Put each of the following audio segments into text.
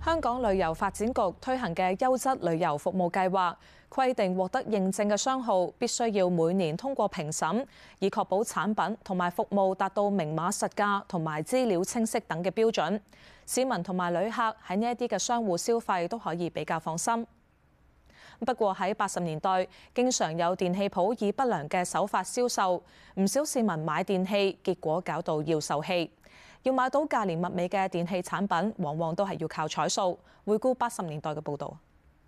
香港旅遊發展局推行嘅優質旅遊服務計劃，規定獲得認證嘅商號必須要每年通過評審，以確保產品同埋服務達到明碼實價同埋資料清晰等嘅標準。市民同埋旅客喺呢一啲嘅商戶消費都可以比較放心。不過喺80年代，經常有電器鋪以不良嘅手法銷售，唔少市民買電器，結果搞到要受氣。要買到價廉物美嘅電器產品，往往都係要靠彩數。回顧80年代嘅報導，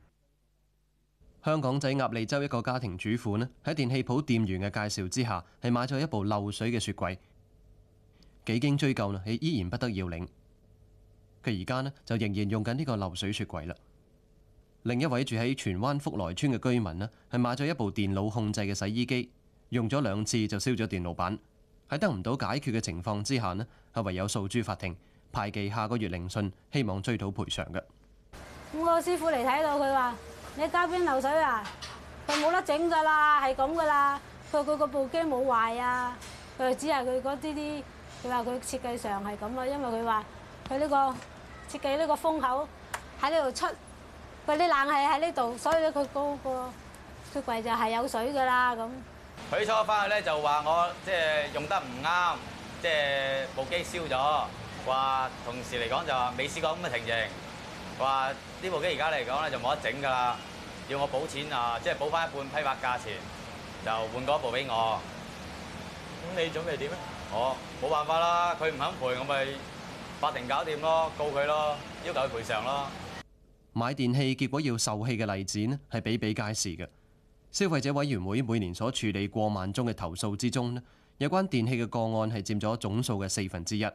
香港仔鴨脷洲一個家庭主婦呢，喺電器鋪店員嘅介紹之下，係買咗一部漏水嘅雪櫃。幾經追究呢，係依然不得要領。佢而家呢，就仍然用緊呢個漏水雪櫃啦。另一位住喺荃灣福來村嘅居民呢，係買咗一部電腦控制嘅洗衣機，用咗2次就燒咗電路板。喺得唔到解決嘅情況之下呢，係唯有訴諸法庭，排期下個月聆訊，希望追討賠償嘅。 咁個師傅嚟睇到，佢話：你家邊漏水啊？佢冇得整㗎啦，係咁㗎啦。佢個部機冇壞啊，佢只係佢嗰啲，佢話佢設計上係咁啊，因為佢話佢呢個設計呢個風口喺呢度出，佢啲冷氣喺呢度，所以咧佢嗰個雪櫃就係有水㗎啦咁。 佢初翻去咧就話我即係用得唔啱，即係部機燒咗。話同事嚟講就話未試過咁嘅情形。話呢部機而家嚟講咧就冇得整㗎啦，要我補錢啊，即係補翻一半批發價錢，就換過一部俾我。咁你準備點咧？我冇辦法啦，佢唔肯賠，我咪法庭搞掂咯，告佢咯，要求佢賠償咯。 買電器結果要受氣嘅例子呢，係比比皆是嘅。消費者委員會每年所處理過萬宗嘅投訴之中呢，有關電器嘅個案係佔咗總數嘅1/4。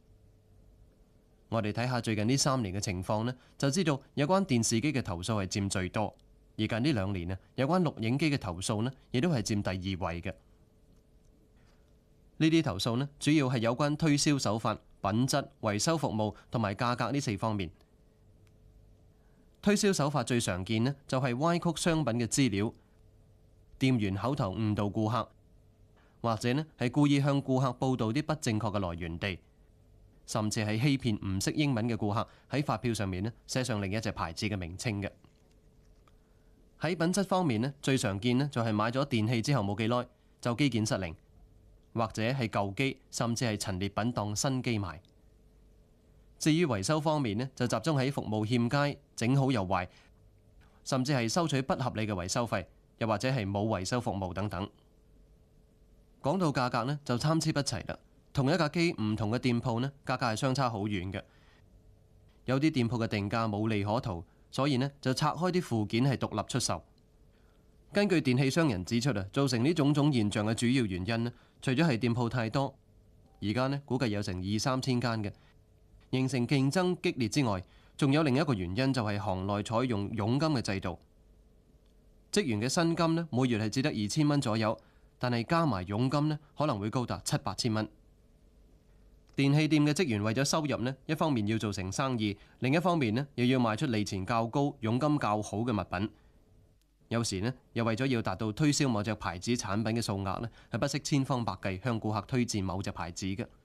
我哋睇下最近呢3年嘅情況呢，就知道有關電視機嘅投訴係佔最多，而近呢2年啊，有關錄影機嘅投訴呢，亦都係佔第2位嘅。呢啲投訴呢，主要係有關推銷手法、品質、維修服務同埋價格呢4方面。推銷手法最常見呢，就係歪曲商品嘅資料。店員口頭誤導顧客，或者呢係故意向顧客報導啲不正確嘅來源地，甚至係欺騙唔識英文嘅顧客喺發票上面呢寫上另一隻牌子嘅名稱嘅。喺品質方面呢，最常見呢就係買咗電器之後冇幾耐就機件失靈，或者係舊機，甚至係陳列品當新機賣。至於維修方面呢，就集中喺服務欠佳、整好又壞，甚至係收取不合理嘅維修費。又或者係冇維修服務等等。講到價格呢，就參差不齊啦。同一架機唔同嘅店鋪呢，價格係相差好遠嘅。有啲店鋪嘅定價冇利可圖，所以呢就拆開啲附件係獨立出售。根據電器商人指出啊，造成呢種種現象嘅主要原因呢，除咗係店鋪太多，而家呢估計有成2-3千間嘅，形成競爭激烈之外，仲有另一個原因就係行內採用佣金嘅制度。職員嘅薪金呢，每月係只得2000蚊左右，但係加埋佣金呢，可能會高達700-8千蚊。電器店嘅職員為咗收入呢，一方面要做成生意，另一方面呢，又要賣出利錢較高、佣金較好嘅物品。有時呢，又為咗要達到推銷某隻牌子產品嘅數額呢，係不惜千方百計向顧客推薦某隻牌子嘅。